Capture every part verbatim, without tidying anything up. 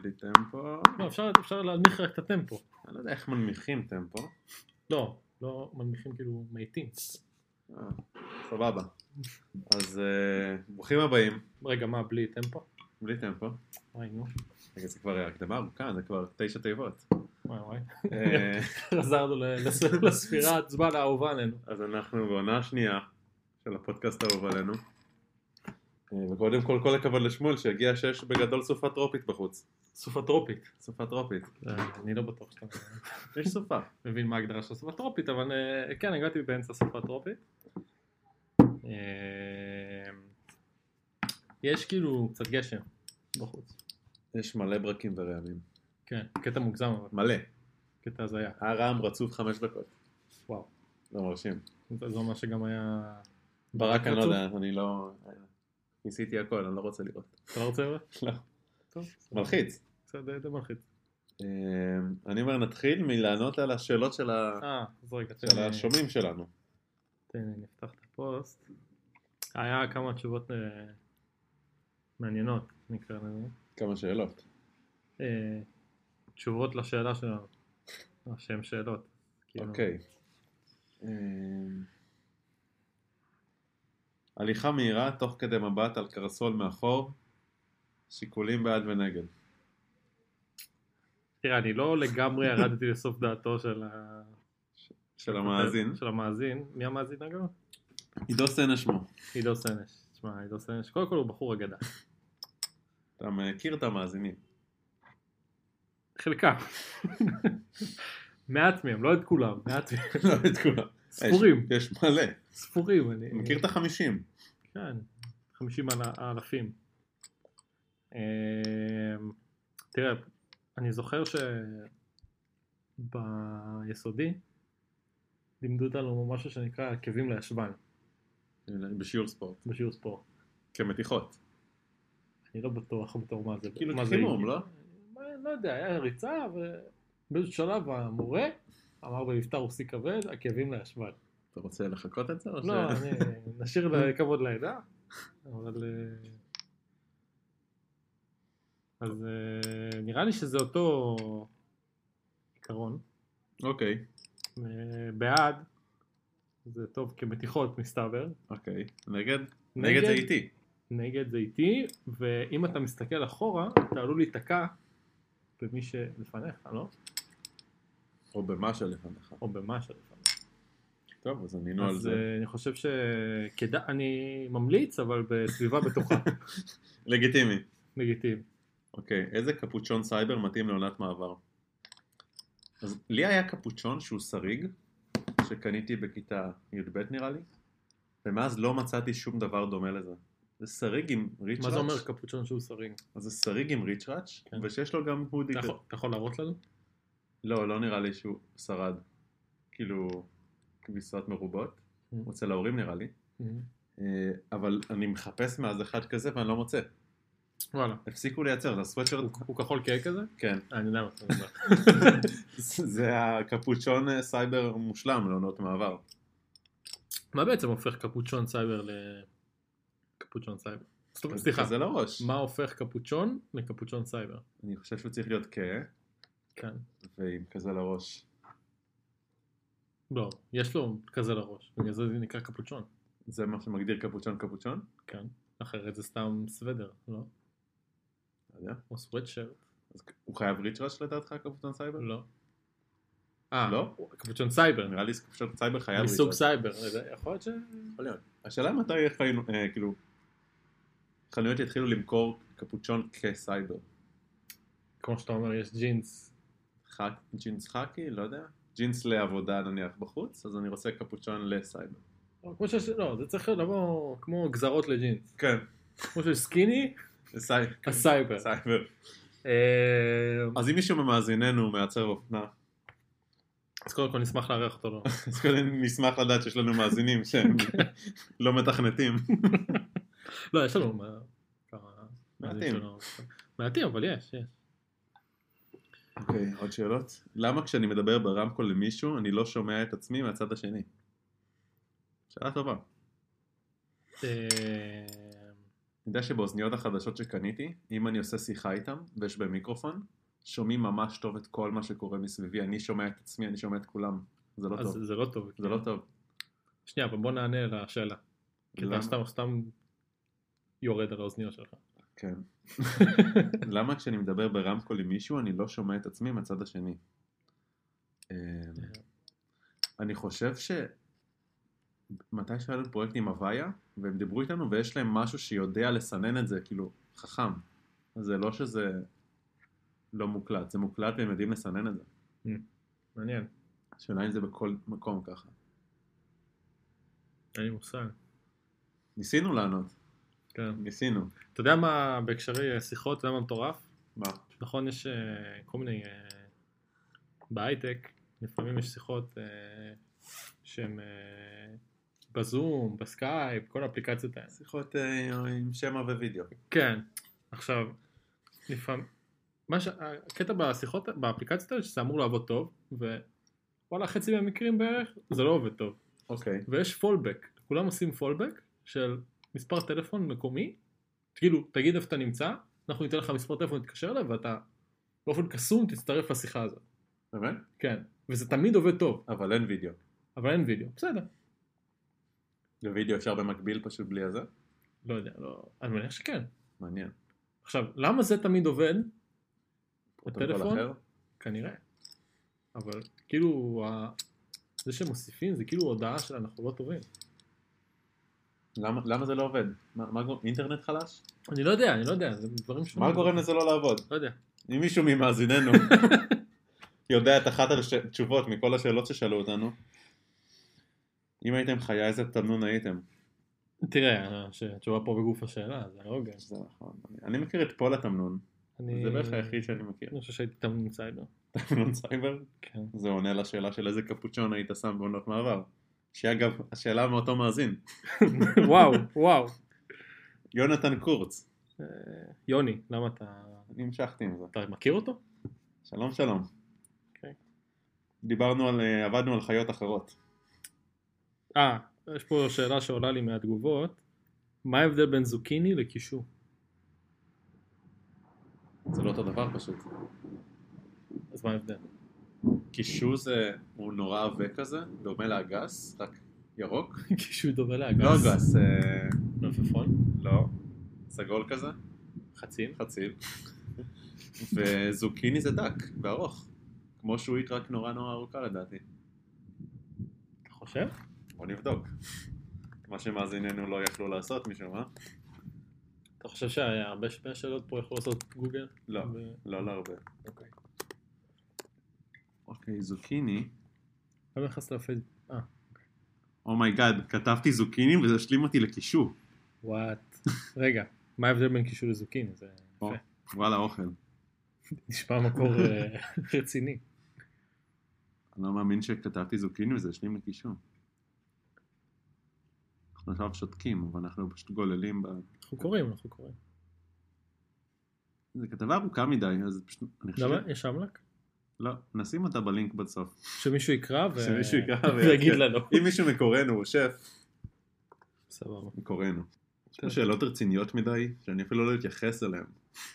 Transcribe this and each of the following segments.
בלי טמפו. לא, אפשר, אפשר להנמיך רק את הטמפו. אני לא יודע איך מנמיכים טמפו. לא, לא מנמיכים כאילו מאיטים. אה, סבבה. אז אה, ברוכים הבאים. רגע, מה, בלי טמפו? בלי טמפו. וואי, נו. רגע, זה כבר הקדמה ארוכה, זה כבר תשע תיבות. וואי, וואי. אה, חזרנו לספירה, זמן האהובה עלינו. אז אנחנו בעונה שנייה של הפודקאסט האהוב עלינו. אה, וקודם כל, כל הכבוד לשמואל שהגיע שש בגדול סופה טרופית בחוץ. סופה טרופית. סופה טרופית. אני לא בטוח שאתה יש סופה. מבין מה ההגדרה של סופה טרופית, אבל אה, כן, הגעתי באמצע סופה טרופית. אה, יש כאילו קצת גשם בחוץ. יש מלא ברקים ורעמים. כן, קטע מוגזם, אבל מלא. קטע הזיה. הרעם רצוף חמש דקות. וואו. לא מרשים. זה אומר שגם היה... ברק אני לא רצוף? יודע, אני לא... ניסיתי הכל, אני לא רוצה לראות. אתה לא רוצה לראות? לא. טוב. מלחיץ. קצת די מלחיץ. אה, אני אומר נתחיל מלענות על השאלות של ה- אה, אז רגע, של תן לי- השומעים שלנו. תן לי, נפתח את הפוסט. היה כמה תשובות אה, מעניינות, נקרא לזה. כמה שאלות. אה, תשובות לשאלה שלנו. השם שאלות. כאילו, אוקיי. אה, הליכה מהירה תוך כדי מבט על קרסול מאחור, שיקולים בעד ונגד. תראה, אני לא לגמרי ירדתי לסוף דעתו של ה... של המאזין. של המאזין. מי המאזין אגב? עידו סנש שמו. עידו סנש. תשמע, עידו סנש. קודם כל הוא בחור אגדה. אתה מכיר את המאזינים. חלקם. מעט מהם, לא את כולם. מעט מהם. לא את כולם. ספורים. יש יש מלא. ספורים. אני מכיר את החמישים. כן, חמישים אלפים. תראה, אני זוכר שביסודי לימדו אותנו משהו שנקרא עקבים לישבן בשיעור ספורט. בשיעור ספורט. כמתיחות. אני לא בטוח בתור מה זה. כאילו מה זה חימום, הגיע. לא? מה- לא יודע, היה ריצה ובאיזשהו שלב המורה אמר במבטא רוסי כבד, עקבים לישבן. אתה רוצה לחכות את זה? או לא, ש- אני נשאיר לכבוד לעדה, אבל... אה, אז אה, נראה לי שזה אותו עיקרון. אוקיי. אה, בעד, זה טוב כמתיחות מסתבר. אוקיי. נגד? נגד? נגד זה איתי. נגד זה איטי, ואם אתה מסתכל אחורה, אתה עלול להיתקע במי שלפניך, לא? או במה שלפניך. או במה שלפניך. טוב, אז ענינו על אז זה. אה, אני חושב שכדאי, אני ממליץ, אבל בסביבה בטוחה. לגיטימי. לגיטימי. אוקיי, איזה קפוצ'ון סייבר מתאים לעונת מעבר? אז לי היה קפוצ'ון שהוא שריג, שקניתי בכיתה י"ב נראה לי, ומאז לא מצאתי שום דבר דומה לזה. זה שריג עם ריץ' מה זה אומר ראץ', קפוצ'ון שהוא שריג? אז זה שריג עם ריץ' ראץ', כן. ושיש לו גם הודי אתה כזה. יכול- אתה יכול להראות לנו? לא, לא נראה לי שהוא שרד. כאילו, כביסות מרובות. אצל ההורים נראה לי. אה, אבל אני מחפש מאז אחד כזה ואני לא מוצא. וואלה. הפסיקו לייצר, זה הסוואטשרט. הוא כחול כהה כזה? כן. אני יודע מה אתה מדבר. זה הקפוצ'ון אה, סייבר מושלם לעונות מעבר. מה בעצם הופך קפוצ'ון סייבר לקפוצ'ון סייבר? זאת אומרת, סליחה, זה לא ראש. מה הופך קפוצ'ון לקפוצ'ון סייבר? אני חושב שהוא צריך להיות כהה, כן. ועם כזה לראש. לא, יש לו כזה לראש, בגלל זה זה נקרא קפוצ'ון. זה מה שמגדיר קפוצ'ון קפוצ'ון? כן. אחרת זה סתם סוודר, לא? לא יודע. או סוואטשרט. אז הוא חייב ריץ' ראש לדעתך קפוצ'ון סייבר? לא. אה, לא? קפוצ'ון סייבר. נראה לי קפוצ'ון סייבר חייב ריץ' מסוג ראש. סייבר. יכול להיות ש... יכול להיות. השאלה מתי חיינו, אה, כאילו, חנויות יתחילו למכור קפוצ'ון כסייבר. כמו שאתה אומר, יש ג'ינס. חק, ג'ינס חקי, לא יודע. ג'ינס לעבודה נניח בחוץ, אז אני רוצה קפוצ'ון לסייבר. כמו שיש, לא, זה צריך לבוא כמו גזרות לג'ינס. כן. כמו שיש סקיני, סי... הסייבר. סייבר. אה, אז אם מישהו ממאזיננו מעצר אופנה, אז קודם כל נשמח לארח אותו. לא? אז קודם נשמח לדעת שיש לנו מאזינים שהם לא מתכנתים. לא, יש לנו מה- כמה... מעטים. שלנו. מעטים, אבל יש, יש. אוקיי, עוד שאלות? למה כשאני מדבר ברמקול למישהו, אני לא שומע את עצמי מהצד השני? שאלה טובה. אה, יודע שבאוזניות החדשות שקניתי, אם אני עושה שיחה איתם, ויש בהם מיקרופון, שומעים ממש טוב את כל מה שקורה מסביבי. אני שומע את עצמי, אני שומע את כולם. זה לא אז טוב. זה לא טוב. זה לא טוב. שנייה, אבל בוא נענה על השאלה. כי אתה סתם, סתם יורד על האוזניות שלך. כן. למה כשאני מדבר ברמקול עם מישהו, אני לא שומע את עצמי מהצד השני? אני חושב ש... מתי שהיה לנו פרויקט עם הוויה, והם דיברו איתנו, ויש להם משהו שיודע לסנן את זה, כאילו, חכם. זה לא שזה לא מוקלט, זה מוקלט והם יודעים לסנן את זה. מעניין. השאלה אם זה בכל מקום ככה. אין לי מושג. ניסינו לענות. כן. ניסינו. אתה יודע מה בהקשרי שיחות, אתה יודע מה מטורף? מה? נכון, יש כל מיני... בהייטק, לפעמים יש שיחות שהן בזום, בסקייפ, כל האפליקציות האלה. שיחות עם שמע ווידאו. כן. עכשיו, לפעמים... הקטע בשיחות, באפליקציות האלה, שזה אמור לעבוד טוב, ווואלה, חצי מהמקרים בערך, זה לא עובד טוב. אוקיי. ויש פולבק. כולם עושים פולבק של מספר טלפון מקומי. כאילו, תגיד איפה אתה נמצא, אנחנו ניתן לך מספר טלפון להתקשר אליו, ואתה באופן קסום תצטרף לשיחה הזאת. באמת? כן. וזה תמיד עובד טוב. אבל אין וידאו. אבל אין וידאו. בסדר. ווידאו אפשר במקביל פשוט בלי הזה? לא יודע, לא... אני מניח שכן. מעניין. עכשיו, למה זה תמיד עובד? בטלפון? כנראה. אבל כאילו, זה שמוסיפים זה כאילו הודעה של אנחנו לא טובים. למה, למה זה לא עובד? מה, מה, אינטרנט חלש? אני לא יודע, אני לא יודע, זה דברים שונים. מה גורם לזה לא לעבוד? לא יודע. אם מישהו ממאזיננו יודע את אחת התשובות מכל השאלות ששאלו אותנו, אם הייתם חיה איזה תמנון הייתם? תראה, התשובה פה בגוף השאלה, זה לא הוגן. זה נכון. אני מכיר את פול התמנון. אני... זה בערך היחיד שאני מכיר. אני חושב שהייתי תמנון סייבר. תמנון סייבר? כן. זה עונה לשאלה של איזה קפוצ'ון היית שם בעונות מעבר. שאגב, השאלה מאותו מאזין. וואו, וואו. יונתן קורץ. יוני, למה אתה... אני המשכתי עם זה. אתה מכיר אותו? שלום שלום. אוקיי. דיברנו על, עבדנו על חיות אחרות. אה, יש פה שאלה שעולה לי מהתגובות. מה ההבדל בין זוקיני לקישו? זה לא אותו דבר פשוט. אז מה ההבדל? קישו זה, הוא נורא עבה כזה, דומה לאגס, רק ירוק. קישו דומה לאגס. לא אגס. אה... מלפפון? לא. סגול כזה. חציל? חציל. וזוקיני זה דק וארוך. כמו שועית רק נורא נורא ארוכה לדעתי. אתה חושב? בוא נבדוק. מה שמאזיננו לא יכלו לעשות משום מה. אתה חושב שהרבה שאלות פה יכולו לעשות גוגל? לא, לא להרבה. אוקיי. אוקיי, זוקיני. לא נכנס לפייסבוק. אה. אומייגאד, כתבתי זוקיני וזה השלים אותי לקישו. וואט. רגע, מה ההבדל בין קישו לזוקיני? זה יפה. וואלה, אוכל. נשמע מקור רציני. אני לא מאמין שכתבתי זוקיני וזה השלים לקישו. אנחנו עכשיו שותקים, אבל אנחנו פשוט גוללים ב... אנחנו קוראים, אנחנו קוראים. זה כתבה ארוכה מדי, אז פשוט... למה? יש אמלק? לא, נשים אותה בלינק בסוף. שמישהו יקרא ו... שמישהו יקרא ויגיד לנו. אם מישהו מקורנו הוא שף. סבבה. מקורנו. יש פה שאלות רציניות מדי, שאני אפילו לא אתייחס אליהן.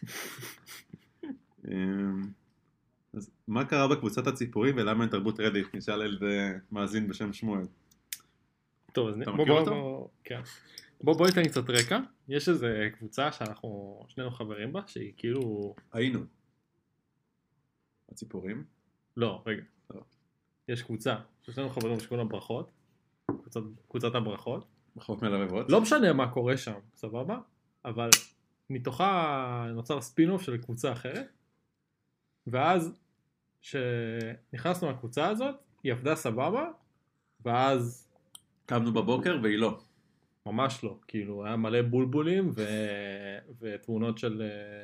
אז מה קרה בקבוצת הציפורים ולמה אין תרבות רדיט? נשאל על מאזין בשם שמואל. טוב, אז אתה בוא, מכיר בוא, אותו? בוא, כן. בוא, בוא ניתן קצת רקע. יש איזו קבוצה שאנחנו שנינו חברים בה, שהיא כאילו... היינו. הציפורים? לא, רגע. לא. יש קבוצה ששנינו חברים שקוראים לה ברכות. קבוצת, קבוצת הברכות. ברכות מלבבות? לא משנה מה קורה שם, סבבה? אבל מתוכה נוצר ספין-אוף של קבוצה אחרת. ואז שנכנסנו לקבוצה הזאת, היא עבדה סבבה, ואז... קמנו בבוקר והיא לא. ממש לא, כאילו היה מלא בולבולים ו... ותמונות של...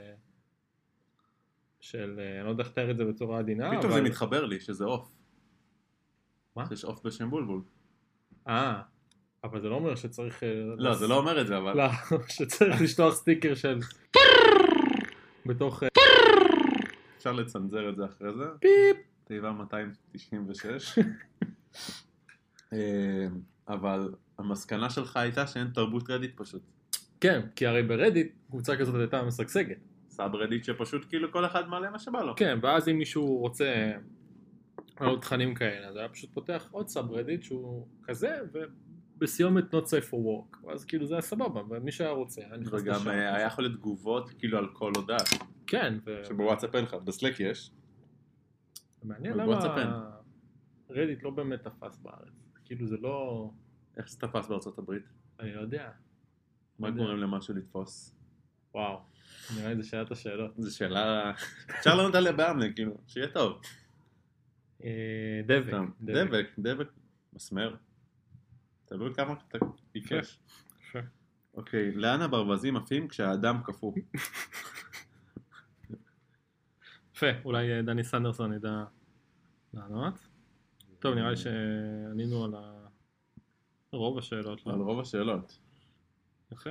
של... אני לא יודע איך לתאר את זה בצורה עדינה, פתאום אבל... זה מתחבר לי שזה אוף. מה? יש אוף בשם בולבול. אה, אבל זה לא אומר שצריך... לא, זה לא אומר את זה, אבל... לא, שצריך לשלוח סטיקר של... בתוך... אפשר לצנזר את זה אחרי זה. פיפ! תיבה מאתיים תשעים ושש. אבל המסקנה שלך הייתה שאין תרבות רדיט פשוט. כן, כי הרי ברדיט קבוצה כזאת הייתה משגשגת. סאב רדיט שפשוט כאילו כל אחד מעלה מה שבא לו. כן, ואז אם מישהו רוצה עוד תכנים כאלה, אז היה פשוט פותח עוד סאב רדיט שהוא כזה, ובסיומת not safe for work. אז כאילו זה היה סבבה, ומי שהיה רוצה, היה נכנס לשם. וגם היה יכול להיות תגובות כאילו על כל הודעה. כן. ו... שבוואטסאפ אין לך, בסלק יש. מעניין למה רדיט לא באמת תפס בארץ. כאילו זה לא... איך זה תפס בארצות הברית? אני לא יודע. מה קוראים למשהו לתפוס? וואו, נראה לי זה שאלת השאלות. זו שאלה... אפשר לענות עליה באמנה, כאילו, שיהיה טוב. דבק. דבק, דבק, מסמר. תלוי כמה אתה ביקש. אוקיי, לאן הברווזים עפים כשהאדם קפוא? יפה, אולי דני סנדרסון ידע לענות. טוב, נראה לי שענינו על רוב השאלות. על רוב השאלות. יפה.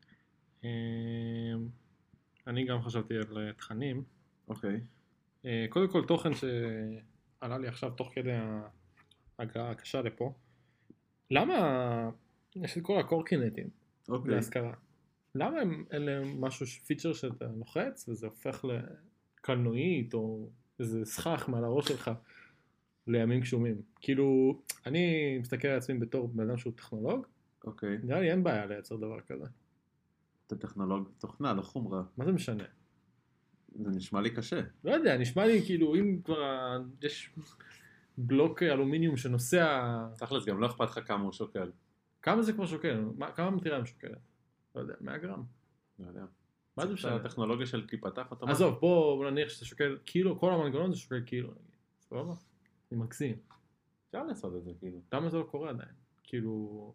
אני גם חשבתי על תכנים. אוקיי. קודם כל תוכן שעלה לי עכשיו תוך כדי ההגעה הקשה לפה. למה יש את כל הקורקינטים להשכרה? למה אין להם משהו, פיצ'ר שאתה לוחץ וזה הופך לקלנועית או איזה סכך מעל הראש שלך לימים גשומים? כאילו, אני מסתכל על עצמי בתור בן אדם שהוא טכנולוג. אוקיי. נראה לי אין בעיה לייצר דבר כזה. אתה טכנולוג, תוכנה, לא חומרה. מה זה משנה? זה נשמע לי קשה. לא יודע, נשמע לי כאילו אם כבר יש בלוק אלומיניום שנוסע... תכלס, גם לא אכפת לך כמה הוא שוקל. כמה זה כבר שוקל? כמה מטירה הם שוקלת? לא יודע, מאה גרם. לא יודע. מה זה משנה? הטכנולוגיה של תיפתח אוטומטית. עזוב, בוא נניח שאתה שוקל קילו, כל המנגנון זה שוקל קילו, נגיד. סבבה? אני מקסים. אפשר לעשות את זה, כאילו. למה זה לא קורה עדיין? כאילו...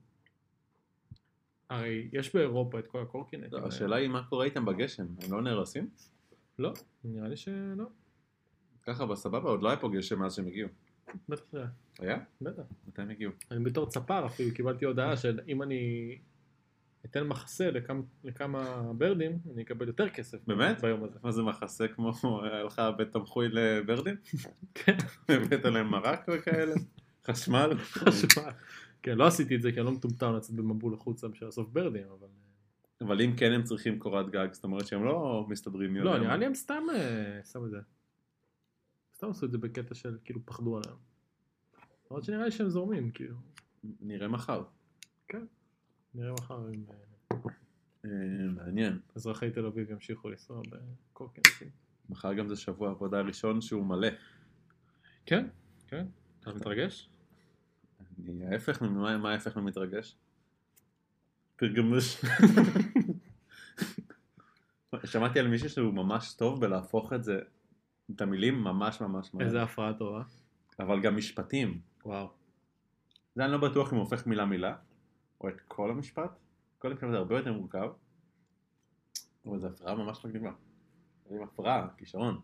הרי יש באירופה את כל הקורקינטים. השאלה היא מה קורה איתם בגשם, הם לא נהרסים? לא, נראה לי שלא. ככה בסבבה, עוד לא היה פה גשם מאז שהם הגיעו. בטח זה היה. היה? בטח. מתי הם הגיעו? אני בתור צפר אפילו קיבלתי הודעה שאם אני אתן מחסה לכמה, לכמה ברדים, אני אקבל יותר כסף. באמת? ביום הזה. מה זה מחסה כמו הלכה בתמחוי לברדים? כן. הבאת להם מרק וכאלה? חשמל? חשמל. כן, לא עשיתי את זה כי אני לא מטומטם לצאת במבול החוצה בשביל לאסוף ברדים, אבל... אבל אם כן הם צריכים קורת גג, זאת אומרת שהם לא מסתדרים. לא, נראה לי הם סתם שם את זה. סתם עשו את זה בקטע של כאילו פחדו עליהם. למרות שנראה לי שהם זורמים, כאילו. נראה מחר. כן, נראה מחר עם... מעניין. אזרחי תל אביב ימשיכו לנסוע בקורקינטים. מחר גם זה שבוע עבודה ראשון שהוא מלא. כן, כן. אתה מתרגש? אני ההפך, מה ההפך ממתרגש? פרגמוש. שמעתי על מישהו שהוא ממש טוב בלהפוך את זה, את המילים ממש ממש מהר. איזה הפרעה טובה. אבל גם משפטים. וואו. זה אני לא בטוח אם הוא הופך מילה מילה, או את כל המשפט. כל המשפט זה הרבה יותר מורכב. אבל זו הפרעה ממש מגניבה. זה הפרעה, כישרון.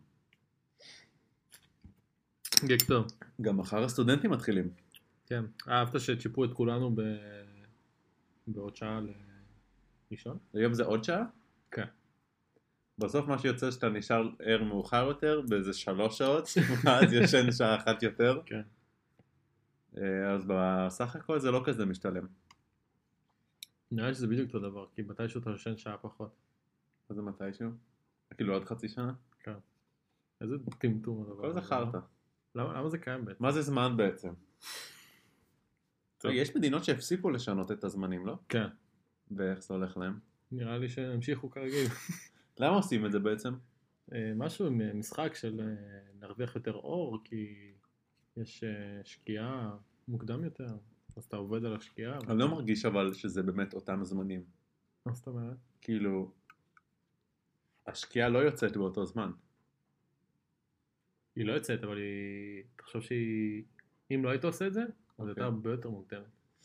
גג טוב. גם מחר הסטודנטים מתחילים. כן. אהבת שצ'יפו את כולנו ב... בעוד שעה לישון? היום זה עוד שעה? כן. בסוף מה שיוצא שאתה נשאר ער מאוחר יותר, באיזה שלוש שעות, ואז ישן שעה אחת יותר. כן. אז בסך הכל זה לא כזה משתלם. נראה לי שזה בדיוק אותו דבר, כי מתישהו אתה ישן שעה פחות. מה זה מתישהו? כאילו עוד חצי שנה? כן. איזה טמטום הדבר. כל זה חרת. למה זה קיים בעצם? מה זה זמן בעצם? יש מדינות שהפסיקו לשנות את הזמנים, לא? כן. ואיך זה הולך להם? נראה לי שהמשיכו כרגיל. למה עושים את זה בעצם? משהו עם משחק של נרוויח יותר אור, כי יש שקיעה מוקדם יותר, אז אתה עובד על השקיעה. אני לא מרגיש אבל שזה באמת אותם זמנים. מה זאת אומרת? כאילו, השקיעה לא יוצאת באותו זמן. היא לא יוצאת, אבל היא... תחשוב שהיא... אם לא היית עושה את זה, אז הייתה הרבה יותר מוקדמת.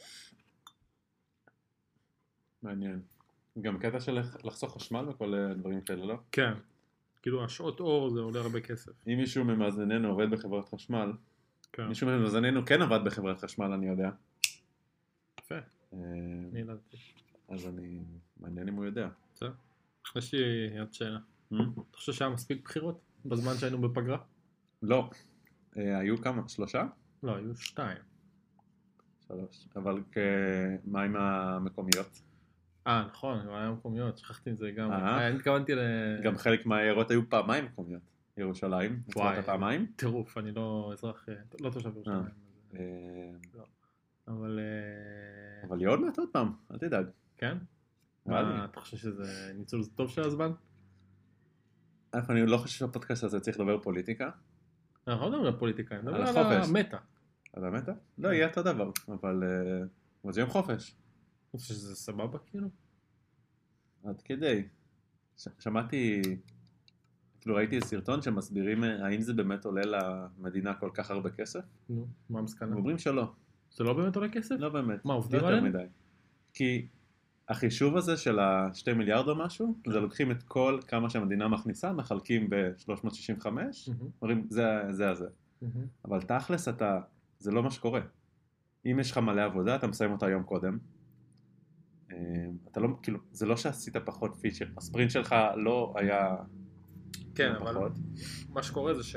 מעניין. גם קטע של לחסוך חשמל וכל הדברים כאלה, לא? כן. כאילו, השעות אור זה עולה הרבה כסף. אם מישהו ממאזננו עובד בחברת חשמל, כן. מישהו ממאזננו כן עבד בחברת חשמל, אני יודע. יפה. אני ידעתי. אז אני... מעניין אם הוא יודע. בסדר. יש לי עוד שאלה. אתה חושב שהיה מספיק בחירות בזמן שהיינו בפגרה? לא. היו כמה? שלושה? לא, היו שתיים. שלוש. אבל מה עם המקומיות? אה, נכון, גם היה מקומיות, שכחתי את זה גם. אה. אה, אני התכוונתי ל... גם חלק מהעיירות היו פעמיים מקומיות. ירושלים, וואי, הצבעת פעמיים? טירוף, אני לא אזרח, אה, לא תושב ירושלים. אה. לא. אבל... אה, אבל יהיה עוד מעט עוד פעם, אל תדאג. כן? נראה לי. מה, אתה חושב שזה ניצול טוב של הזמן? א', אני לא חושב שהפודקאסט הזה צריך לדבר פוליטיקה. אנחנו לא מדברים על פוליטיקה, אני מדבר על על החופש. המטה. על המטה? לא, יהיה אותו דבר, אבל אה, אבל זה יום חופש. אתה חושב שזה סבבה כאילו? עד כדי. ש- שמעתי, כאילו ראיתי סרטון שמסבירים אה, האם זה באמת עולה למדינה כל כך הרבה כסף. נו, מה המסקנה? הם אומרים שלא, זה לא באמת עולה כסף? לא באמת. מה, עובדים לא יותר עלינו? מדי. כי החישוב הזה של השתי מיליארד או משהו, זה לוקחים את כל כמה שהמדינה מכניסה, מחלקים ב-שלוש מאות שישים וחמש, מהמם, אומרים זה זה הזה. מהמם. אבל תכלס אתה, זה לא מה שקורה. אם יש לך מלא עבודה, אתה מסיים אותה יום קודם. אה, אתה לא, כאילו, זה לא שעשית פחות פיצ'ר, הספרינט שלך לא היה כן, יום אבל פחות. מה שקורה זה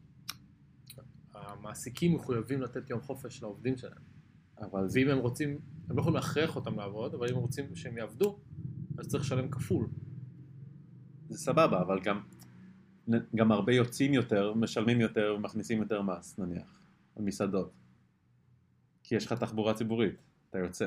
שהמעסיקים מחויבים לתת יום חופש לעובדים שלהם. אבל זה, ואם הם רוצים, הם לא יכולים להכריח אותם לעבוד, אבל אם הם רוצים שהם יעבדו, אז צריך לשלם כפול. זה סבבה, אבל גם, גם הרבה יוצאים יותר, משלמים יותר ומכניסים יותר מס, נניח, על מסעדות. כי יש לך תחבורה ציבורית, אתה יוצא.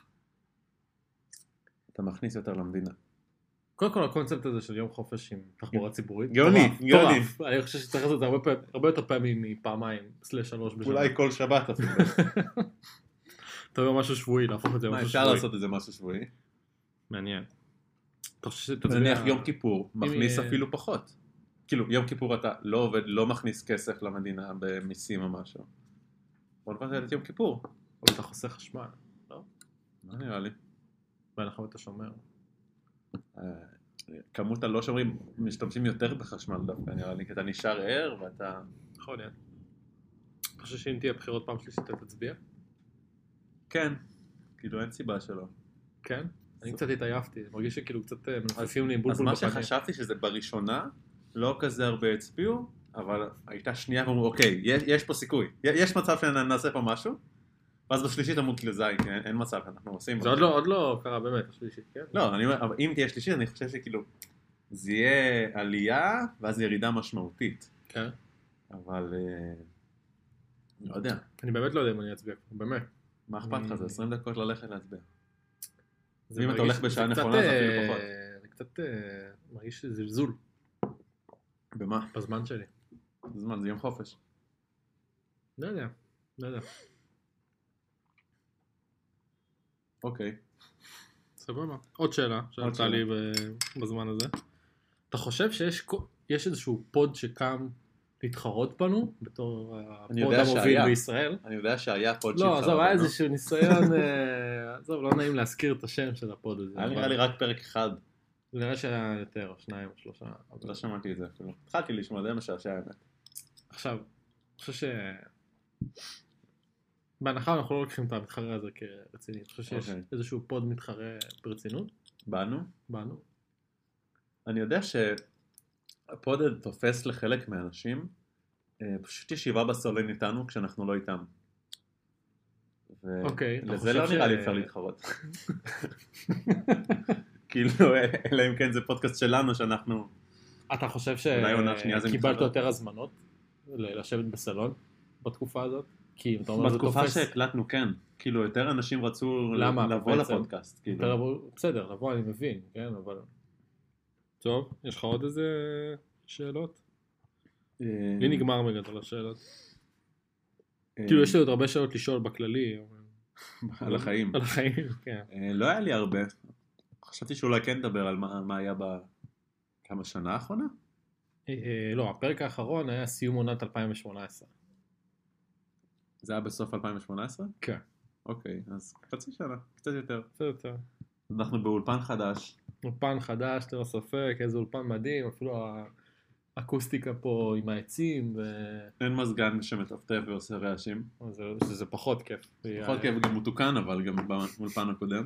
אתה מכניס יותר למדינה. קודם כל הקונספט הזה של יום חופש עם תחבורה ציבורית. גאוני, מטורף, גאוני. מטורף. אני חושב שצריך לעשות את זה הרבה פעמים- הרבה יותר פעמים מפעמיים, סלש שלוש בשנה. אולי כל שבת אפילו. אתה אומר משהו שבועי, להפוך את זה מה, למשהו אפשר שבועי. לעשות את זה משהו שבועי? מעניין. אתה חושב שתצביע... נניח יום כיפור, מכניס יהיה- אפילו פחות. כאילו, יום כיפור אתה לא עובד, לא מכניס כסף למדינה במיסים או משהו. בוא נבטל את יום כיפור. אבל אתה חוסך חשמל, לא? מה נראה לי? בהנחה ואתה שומר. אה, כמות הלא שומרים משתמשים יותר בחשמל דווקא, נראה לי, כי אתה נשאר ער ואתה... יכול להיות. אתה חושב שאם תהיה בחירות פעם שלישית אתה תצביע? כן, כאילו אין סיבה שלא. כן? אני קצת התעייפתי, מרגיש שכאילו קצת אה, מנופפים לי עם אז בולבול מה בפנים. שחשבתי שזה בראשונה, לא כזה הרבה הצביעו, אבל הייתה שנייה ואמרו, אוקיי, יש, יש פה סיכוי, יש מצב שנעשה פה משהו, ואז בשלישית אמרו כאילו זי, אין, אין מצב, אנחנו עושים... זה עוד לא, עוד לא קרה באמת, השלישית, כן? לא, אני אומר, אבל אם תהיה שלישית, אני חושב שכאילו, זה יהיה עלייה, ואז ירידה משמעותית. כן. אבל, אה, לא יודע, אני באמת לא יודע אם אני אצביע, באמת. מה אכפת לך? זה עשרים דקות ללכת להצביע. זה ואם אתה מרגיש- הולך בשעה זה קצת, נכונה, זה אה, אפילו פחות. זה קצת אה, מרגיש זלזול במה? בזמן שלי. זה זמן, זה יום חופש. לא יודע, לא יודע. אוקיי. סבבה. עוד שאלה שעלתה שאלה. לי ב- בזמן הזה. אתה חושב שיש כ- יש איזשהו פוד שקם להתחרות בנו בתור אני הפוד יודע המוביל שהיה. בישראל? אני יודע שהיה פוד לא, שהתחרה עזוב, היה בנו. איזשהו ניסיון, אה, עזוב, לא נעים להזכיר את השם של הפוד הזה. היה אבל נראה לי רק פרק אחד, נראה שהיה יותר, או שניים או שלושה. אבל- לא שמעתי את זה אפילו. התחלתי לשמוע, זה משעשע האמת. עכשיו, אני חושב ש... בהנחה אנחנו לא לוקחים את המתחרה הזה כרציני. אני חושב שיש אוקיי. איזשהו פוד מתחרה ברצינות באנו? בנו. אני יודע שהפוד תופס לחלק מהאנשים, אה, פשוט ישיבה בסולן איתנו כשאנחנו לא איתם. אוקיי, אתה לזה לא חושב נראה ש- לי אפשר להתחרות. כאילו, אלא אם כן זה פודקאסט שלנו שאנחנו... אתה חושב אולי עונה שנייה זה שקיבלת מתחרה? יותר הזמנות ל- לשבת בסלון בתקופה הזאת? כי אם אתה אומר זה בתקופה תופס... שהקלטנו, כן. כאילו, יותר אנשים רצו למה? לבוא בעצם? לפודקאסט. כאילו. יותר לבוא- בסדר, לבוא אני מבין, כן, אבל... טוב, יש לך עוד איזה שאלות? אה, לי נגמר בגדול השאלות. אה, כאילו יש לי עוד הרבה שאלות לשאול בכללי. אבל- על החיים. על החיים, כן. אה, לא היה לי הרבה. חשבתי שאולי כן נדבר על מה מה היה בכמה שנה האחרונה. אה, אה, לא, הפרק האחרון היה סיום עונת אלפיים שמונה עשרה. זה היה בסוף אלפיים שמונה עשרה? כן. אוקיי, אז חצי שנה, קצת יותר. בסדר, יותר. אנחנו באולפן חדש. אולפן חדש, ללא ספק, איזה אולפן מדהים, אפילו האקוסטיקה פה עם העצים, ו... אין מזגן שמטפטף ועושה רעשים. זה, שזה פחות כיף. פחות כיף, גם הוא תוקן, אבל גם באולפן הקודם.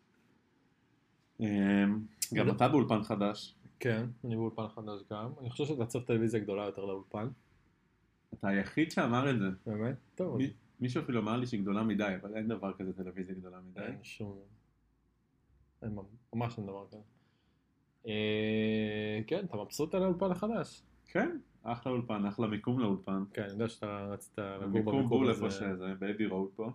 גם אתה באולפן חדש. כן, אני באולפן חדש גם. אני חושב שאתה צריך טלוויזיה גדולה יותר לאולפן. אתה היחיד שאמר את זה. באמת? טוב. מי- מישהו אפילו אמר לי שהיא גדולה מדי, אבל אין דבר כזה טלוויזיה גדולה מדי. אין שום... אין ממש אין דבר כזה. אה, כן, אתה מבסוט על האולפן החדש. כן, אחלה אולפן, אחלה מיקום לאולפן. כן, אני יודע שאתה רצית לגור המיקום במקום בול הזה. איפה שזה, בייבי רוד פה.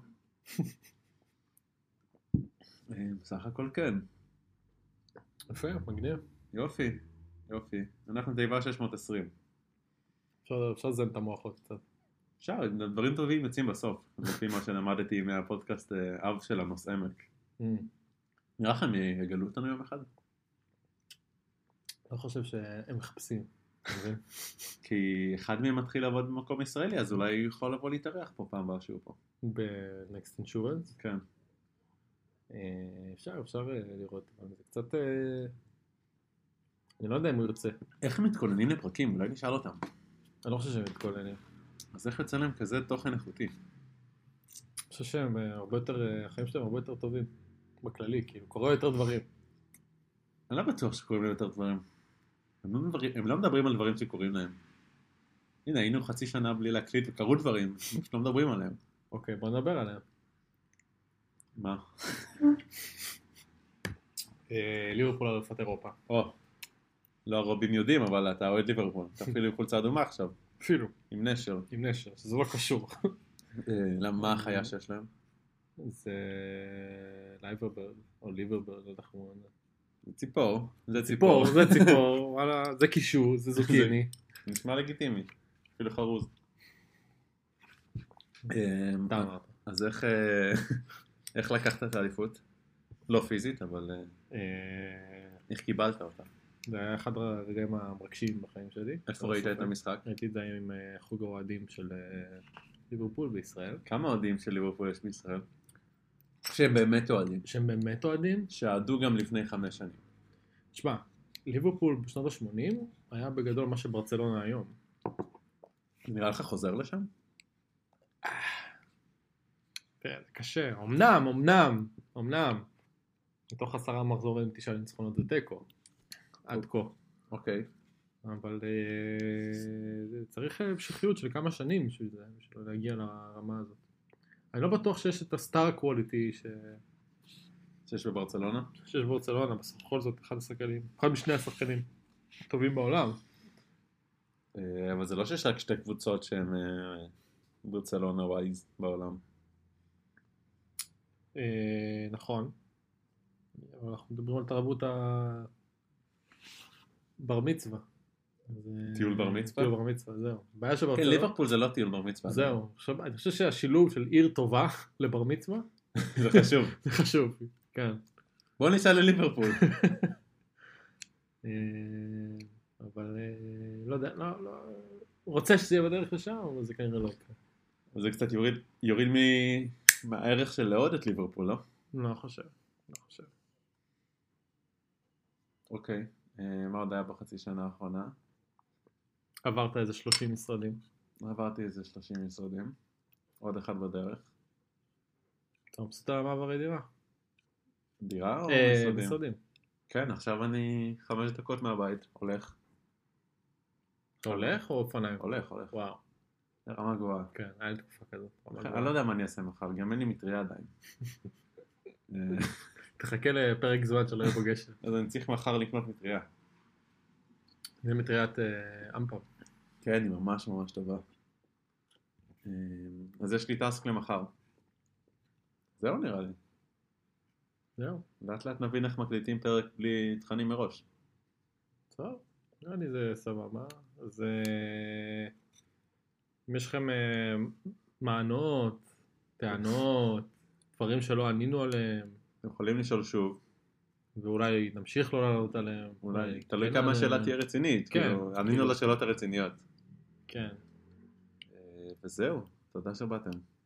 אה, בסך הכל כן. יפה, מגניב. יופי, יופי. אנחנו תיבה שש מאות ועשרים. אפשר אפשר לזן את המוח קצת. אפשר, דברים טובים יוצאים בסוף. לפי מה שלמדתי מהפודקאסט אה, אב של עמוס עמק. Mm. נראה לכם יגלו אותנו יום אחד? לא חושב שהם מחפשים. אתה מבין? כי אחד מהם מתחיל לעבוד במקום ישראלי, אז אולי הוא יכול לבוא להתארח פה פעם הבאה שהוא פה. ב-Next Insurance. כן. אה, אפשר, אפשר אה, לראות, אבל זה קצת... אה, אני לא יודע אם הוא ירצה. איך הם מתכוננים לפרקים? אולי נשאל אותם. אני לא חושב שהם מתכוננים. אז איך יוצא להם כזה תוכן איכותי? אני חושב שהם אה, הרבה יותר, אה, החיים שלהם הרבה יותר טובים. בכללי, כאילו, קורה יותר דברים. אני לא בטוח שקוראים להם יותר דברים. הם לא, מדברים, הם לא מדברים על דברים שקוראים להם. הנה, היינו חצי שנה בלי להקליט וקרו דברים, שלא מדברים עליהם. אוקיי, בוא נדבר עליהם. מה? אה, ליברפול אלופת אירופה. או, לא הרבים יודעים, אבל אתה אוהד ליברפול. אתה אפילו עם חולצה אדומה עכשיו, אפילו. עם נשר. עם נשר, שזה לא קשור. אה, למה, מה החיה שיש להם? זה לייברברד, או ליברברד, לא יודע איך הוא... זה ציפור. זה ציפור, ציפור. זה ציפור, וואלה, זה קישור, זה זוקיני. נשמע לגיטימי. אפילו חרוז. אה, אתה אמרת. אז איך, אה, איך לקחת את האליפות? לא פיזית, אבל אה, אה, איך קיבלת אותה? זה היה אחד הרגעים המרגשים בחיים שלי. איפה ראית את המשחק? ראיתי את זה עם אה, חוג האוהדים של אה, ליברפול בישראל. כמה אוהדים של ליברפול יש בישראל? שהם באמת אוהדים. שהם באמת אוהדים. שעדו גם לפני חמש שנים. תשמע, ליברפול בשנות ה-שמונים היה בגדול מה שברצלונה היום. נראה לך חוזר לשם? תראה, זה קשה. אמנם, אמנם, אמנם. מתוך עשרה מחזורים תשעה ניצחונות זה תיקו. עד כה. אוקיי. אבל אה, צריך המשכיות של כמה שנים בשביל זה, בשביל להגיע לרמה הזאת. אני לא בטוח שיש את הסטאר קווליטי ש... שיש בברצלונה? שיש ברצלונה, בסך הכל זאת אחד השחקנים, אחד משני השחקנים הטובים בעולם. אה, אבל זה לא שיש רק שתי קבוצות שהן אה, ברצלונה ווייז בעולם. אה, נכון. אבל אנחנו מדברים על תרבות הבר מצווה. אז, אה, טיול בר מצווה? טיול בר מצווה, זהו. בעיה כן, שברצלונה... ליברפול זה לא טיול בר מצווה. זהו. עכשיו, אני חושב שהשילוב של עיר טובה לבר מצווה, זה חשוב. זה חשוב, כן. בוא נשאל לליברפול. אה, אבל אה, לא יודע, לא, לא, רוצה שזה יהיה בדרך לשם, אבל זה כנראה לא יקרה. זה קצת יוריד, יוריד מ- מהערך של לעוד את ליברפול, לא? לא חושב, לא חושב. אוקיי. אה, מה עוד היה בחצי שנה האחרונה? עברת איזה שלושים משרדים. עברתי איזה שלושים משרדים. עוד אחד בדרך. אתה מבסוט על מעברי דירה? דירה או אה, משרדים? משרדים. כן, עכשיו אני חמש דקות מהבית. הולך. אתה הולך או אופניים? הולך, הולך. וואו, רמה גבוהה. כן, היה לי תקופה כזאת. רמה אני גבוהה. לא יודע מה אני אעשה מחר, גם אין לי מטריה עדיין. אה, תחכה לפרק זמן שלא יהיה בו גשם. אז אני צריך מחר לקנות מטריה. זה מטריית אה, אמפם. כן, היא ממש ממש טובה. אה, אז יש לי טסק למחר. זהו נראה לי. זהו, לאט לאט נבין איך מקליטים פרק בלי תכנים מראש. טוב, נראה לי זה סבבה. אז אה, אם יש לכם אה, מענות, טענות, דברים שלא ענינו עליהם, אתם יכולים לשאול שוב. ואולי נמשיך לא לעלות עליהם. אולי, תלוי כן כמה עליהם. השאלה תהיה רצינית. כן, כאילו, ענינו כאילו. לשאלות הרציניות. כן. אה, וזהו, תודה שבאתם.